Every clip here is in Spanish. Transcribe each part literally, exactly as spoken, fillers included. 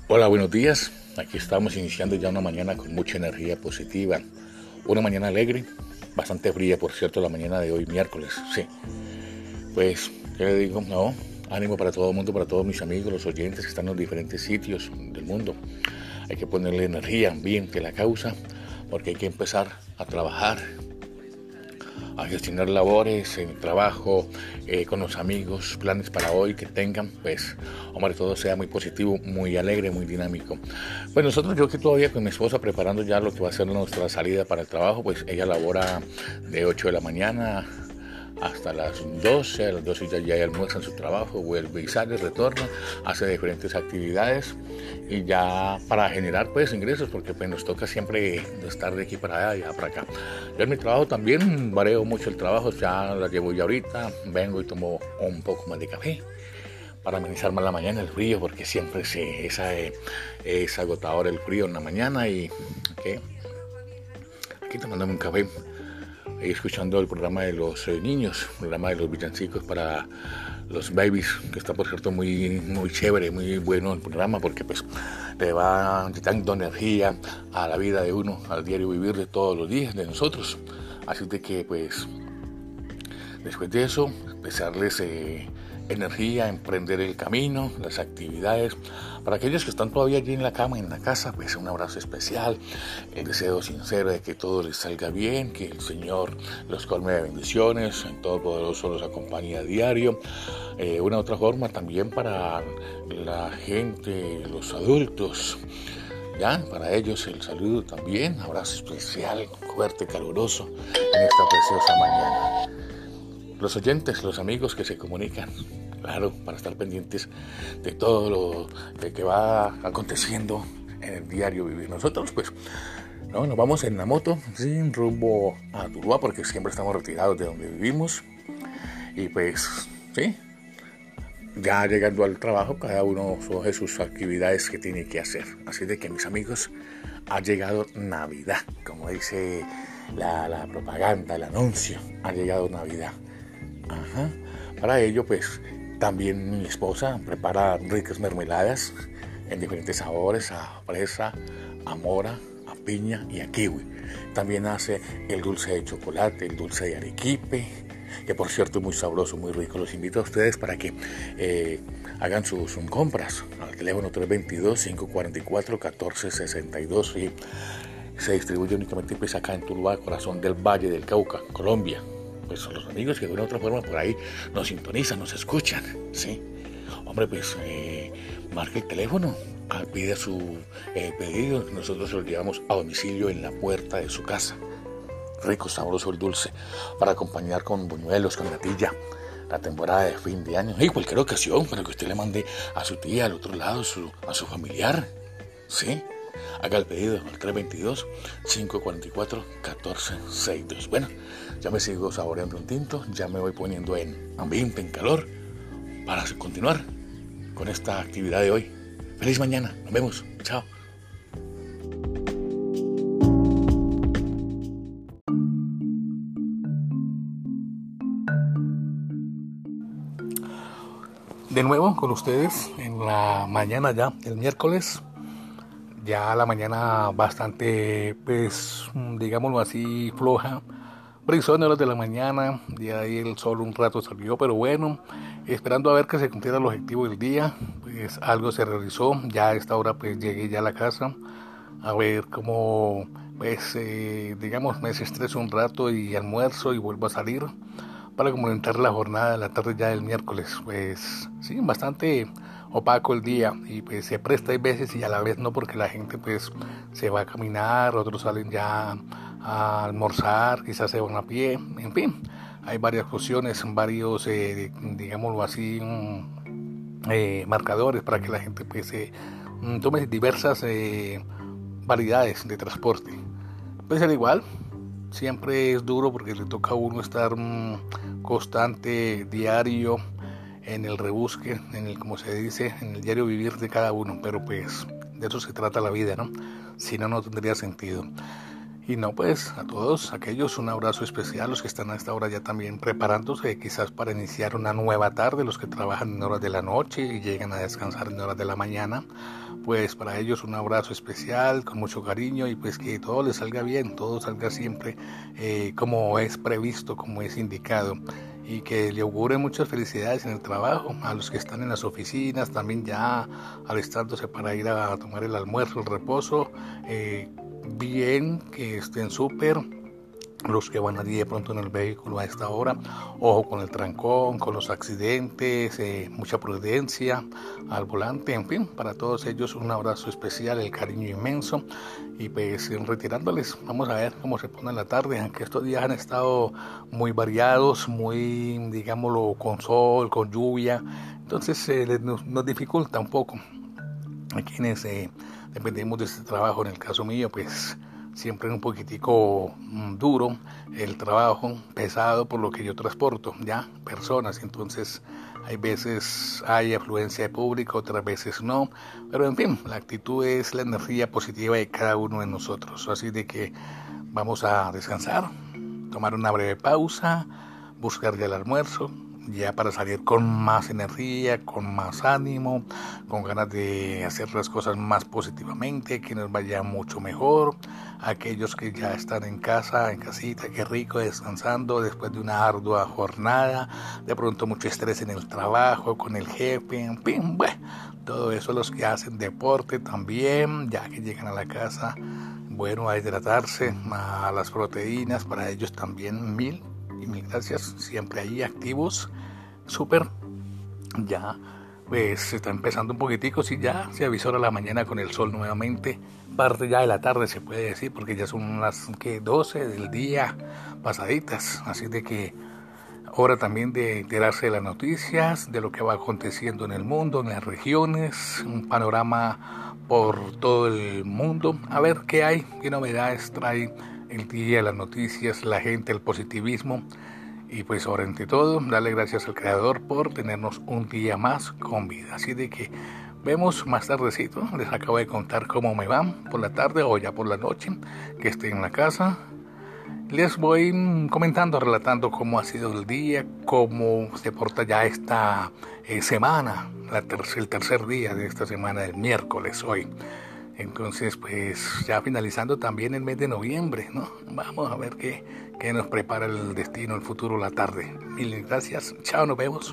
Hola, buenos días. Aquí estamos iniciando ya una mañana con mucha energía positiva. Una mañana alegre, bastante fría, por cierto, la mañana de hoy, miércoles. Sí, pues, ¿qué le digo? No, ánimo para todo el mundo, para todos mis amigos, los oyentes que están en los diferentes sitios del mundo. Hay que ponerle energía, ambiente, la causa, porque hay que empezar a trabajar, a gestionar labores, en el trabajo, eh, con los amigos, planes para hoy que tengan, pues, hombre, todo sea muy positivo, muy alegre, muy dinámico. Pues nosotros, yo que todavía con mi esposa preparando ya lo que va a ser nuestra salida para el trabajo, pues ella labora de ocho de la mañana hasta las doce, a las doce ya, ya almuerza en su trabajo, vuelve y sale, retorna, hace diferentes actividades y ya para generar pues ingresos, porque pues nos toca siempre estar de aquí para allá y para acá. Yo en mi trabajo también vareo mucho el trabajo, ya la llevo ya ahorita, vengo y tomo un poco más de café para amenizar más la mañana, el frío, porque siempre se, esa, eh, es agotador el frío en la mañana y ¿qué? Aquí tomándome un café, escuchando el programa de los eh, niños, el programa de los villancicos para los babies, que está por cierto muy, muy chévere, muy bueno el programa, porque pues le va dando energía a la vida de uno, al diario vivir de todos los días de nosotros. Así de que pues después de eso, empezarles eh, energía, emprender el camino, las actividades. Para aquellos que están todavía allí en la cama, en la casa, pues un abrazo especial, el deseo sincero de que todo les salga bien, que el Señor los colme de bendiciones, el Todopoderoso los acompañe a diario. Eh, una otra forma también para la gente, los adultos, ya, para ellos el saludo también, abrazo especial, fuerte, caluroso en esta preciosa mañana. Los oyentes, los amigos que se comunican, claro, para estar pendientes de todo lo que va aconteciendo en el diario vivir. Nosotros, pues, no, nos vamos en la moto, sin rumbo a Tuluá, porque siempre estamos retirados de donde vivimos. Y pues, sí, ya llegando al trabajo, cada uno coge sus actividades que tiene que hacer. Así de que, mis amigos, ha llegado Navidad, como dice la, la propaganda, el anuncio, ha llegado Navidad. Ajá. Para ello, pues, también mi esposa prepara ricas mermeladas en diferentes sabores, a fresa, a mora, a piña y a kiwi. También hace el dulce de chocolate, el dulce de arequipe, que por cierto es muy sabroso, muy rico. Los invito a ustedes para que eh, hagan sus, sus compras al teléfono tres dos dos, cinco cuatro cuatro, uno cuatro seis dos y se distribuye únicamente pues acá en Tuluá, corazón del Valle del Cauca, Colombia. Pues son los amigos que de una u otra forma por ahí nos sintonizan, nos escuchan, ¿sí? Hombre, pues eh, marque el teléfono, pide su eh, pedido, nosotros lo llevamos a domicilio en la puerta de su casa. Rico, sabroso el dulce, para acompañar con buñuelos, con natilla, la temporada de fin de año, y cualquier ocasión para que usted le mande a su tía al otro lado, su, a su familiar, ¿sí? Haga el pedido al tres dos dos, cinco cuatro cuatro, uno cuatro seis dos. Bueno, ya me sigo saboreando un tinto, ya me voy poniendo en ambiente, en calor, para continuar con esta actividad de hoy. Feliz mañana, nos vemos, chao. De nuevo con ustedes en la mañana ya, el miércoles. Ya la mañana bastante, pues, digámoslo así, floja. Brisón de horas de la mañana, y ahí el sol un rato salió, pero bueno, esperando a ver que se cumpliera el objetivo del día, pues algo se realizó. Ya a esta hora pues llegué ya a la casa, a ver cómo, pues, eh, digamos, me desestreso un rato y almuerzo y vuelvo a salir para complementar la jornada de la tarde ya del miércoles. Pues sí, bastante opaco el día y pues se presta hay veces y a la vez no, porque la gente pues se va a caminar, otros salen ya a almorzar, quizás se van a pie, en fin, hay varias opciones, varios, eh, digámoslo así, eh, marcadores para que la gente pues eh, tome diversas eh, variedades de transporte. Pues al igual, siempre es duro porque le toca a uno estar mmm, constante, diario, en el rebusque, en el, como se dice, en el diario vivir de cada uno, pero pues de eso se trata la vida, ¿no? Si no, no tendría sentido. Y no, pues a todos aquellos un abrazo especial, los que están a esta hora ya también preparándose quizás para iniciar una nueva tarde, los que trabajan en horas de la noche y llegan a descansar en horas de la mañana, pues para ellos un abrazo especial, con mucho cariño, y pues que todo les salga bien, todo salga siempre eh, como es previsto, como es indicado, y que le augure muchas felicidades en el trabajo, a los que están en las oficinas, también ya alistándose para ir a tomar el almuerzo, el reposo, eh, bien, que estén súper. Los que van allí de pronto en el vehículo a esta hora, ojo con el trancón, con los accidentes, eh, mucha prudencia al volante, en fin, para todos ellos un abrazo especial, el cariño inmenso, y pues retirándoles, vamos a ver cómo se pone la tarde, aunque estos días han estado muy variados, muy, digámoslo, con sol, con lluvia, entonces eh, nos, nos dificulta un poco a quienes eh, dependemos de este trabajo. En el caso mío, pues siempre es un poquitico mm, duro el trabajo, pesado, por lo que yo transporto ya personas, entonces hay veces hay afluencia de público, otras veces no, pero en fin, la actitud es la energía positiva de cada uno de nosotros, así de que vamos a descansar, tomar una breve pausa, buscar ya el almuerzo, ya para salir con más energía, con más ánimo, con ganas de hacer las cosas más positivamente, que nos vaya mucho mejor. Aquellos que ya están en casa, en casita, qué rico, descansando después de una ardua jornada, de pronto mucho estrés en el trabajo, con el jefe, en fin, bueno, todo eso. Los que hacen deporte también, ya que llegan a la casa, bueno, a hidratarse, a las proteínas, para ellos también mil y mil gracias, siempre ahí activos, súper. Ya pues se está empezando un poquitico, si ya se avisora la mañana con el sol nuevamente, parte ya de la tarde se puede decir, porque ya son las que doce del día pasaditas, así de que hora también de enterarse de las noticias, de lo que va aconteciendo en el mundo, en las regiones, un panorama por todo el mundo, a ver qué hay, qué novedades trae el día, las noticias, la gente, el positivismo. Y pues sobre ante todo, darle gracias al Creador por tenernos un día más con vida. Así de que vemos más tardecito, les acabo de contar cómo me van por la tarde o ya por la noche, que estoy en la casa. Les voy comentando, relatando cómo ha sido el día, cómo se porta ya esta eh, semana, la ter- el tercer día de esta semana, el miércoles hoy. Entonces, pues ya finalizando también el mes de noviembre, ¿no? Vamos a ver qué, qué nos prepara el destino, el futuro, la tarde. Mil gracias. Chao, nos vemos.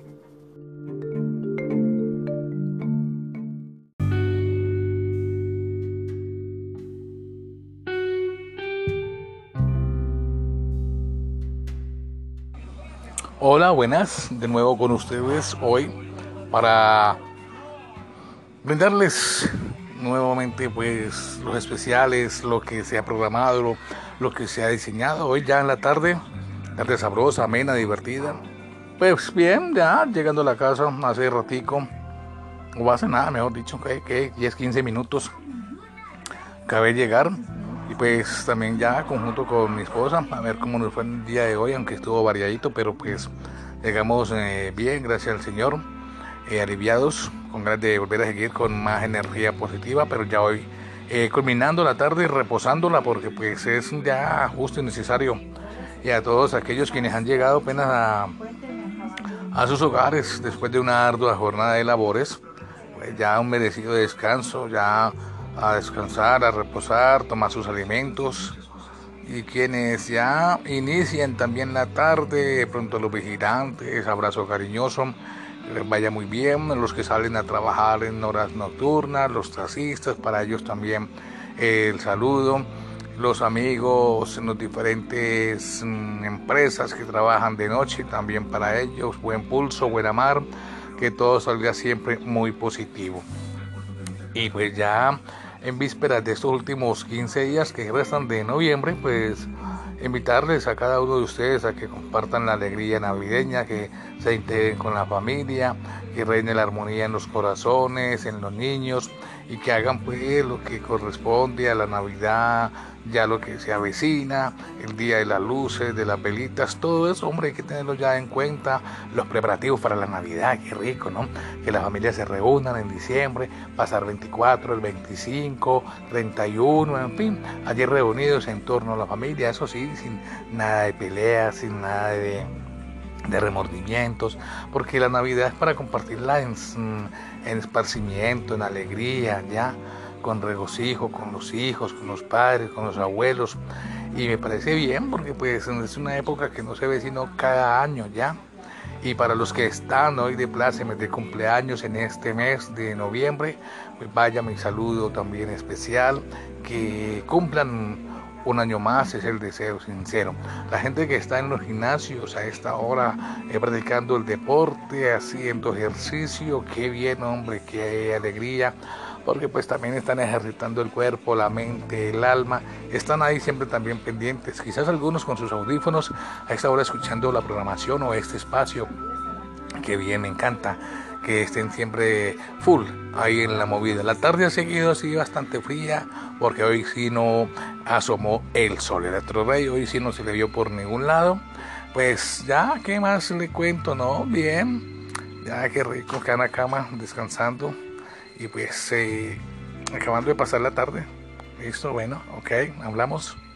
Hola, buenas. De nuevo con ustedes hoy para brindarles nuevamente pues los especiales, lo que se ha programado, lo, lo que se ha diseñado hoy ya en la tarde, tarde sabrosa, amena, divertida. Pues bien, ya llegando a la casa hace ratico, o hace nada, mejor dicho, que, que diez, quince minutos acabé de llegar, y pues también ya conjunto con mi esposa a ver cómo nos fue el día de hoy, aunque estuvo variadito, pero pues llegamos eh, bien, gracias al Señor. Eh, aliviados, con ganas de volver a seguir con más energía positiva, pero ya hoy eh, culminando la tarde y reposándola, porque pues es ya justo y necesario. Y a todos aquellos quienes han llegado apenas a, a sus hogares después de una ardua jornada de labores, pues ya un merecido descanso, ya a descansar, a reposar, tomar sus alimentos. Y quienes ya inician también la tarde, de pronto los vigilantes, abrazo cariñoso, que les vaya muy bien. Los que salen a trabajar en horas nocturnas, los taxistas, para ellos también eh, el saludo. Los amigos en las diferentes mm, empresas que trabajan de noche, también para ellos buen pulso, buena mar, que todo salga siempre muy positivo. Y pues ya en vísperas de estos últimos quince días que restan de noviembre, pues invitarles a cada uno de ustedes a que compartan la alegría navideña, que se integren con la familia, que reine la armonía en los corazones, en los niños, y que hagan pues lo que corresponde a la Navidad, ya lo que se avecina, el día de las luces, de las velitas, todo eso, hombre, hay que tenerlo ya en cuenta, los preparativos para la Navidad, qué rico, ¿no? Que las familias se reúnan en diciembre, pasar veinticuatro, el veinticinco, treinta y uno, en fin, allí reunidos en torno a la familia, eso sí, sin nada de peleas, sin nada de, de remordimientos, porque la Navidad es para compartirla en, en esparcimiento, en alegría, ya, con regocijo, con los hijos, con los padres, con los abuelos, y me parece bien porque pues es una época que no se ve sino cada año ya. Y para los que están hoy de plácemes de cumpleaños en este mes de noviembre, pues vaya mi saludo también especial, que cumplan un año más, es el deseo sincero. La gente que está en los gimnasios a esta hora eh, practicando el deporte, haciendo ejercicio, qué bien, hombre, qué alegría, porque pues también están ejercitando el cuerpo, la mente, el alma, están ahí siempre también pendientes, quizás algunos con sus audífonos a esta hora escuchando la programación o este espacio, que bien, me encanta que estén siempre full ahí en la movida. La tarde ha seguido así bastante fría, porque hoy sí no asomó el sol, el astro rey, hoy sí no se le vio por ningún lado. Pues ya, ¿qué más le cuento? No, bien, ya qué rico, quedan a cama descansando y pues eh, acabando de pasar la tarde. Listo, bueno, ok, hablamos.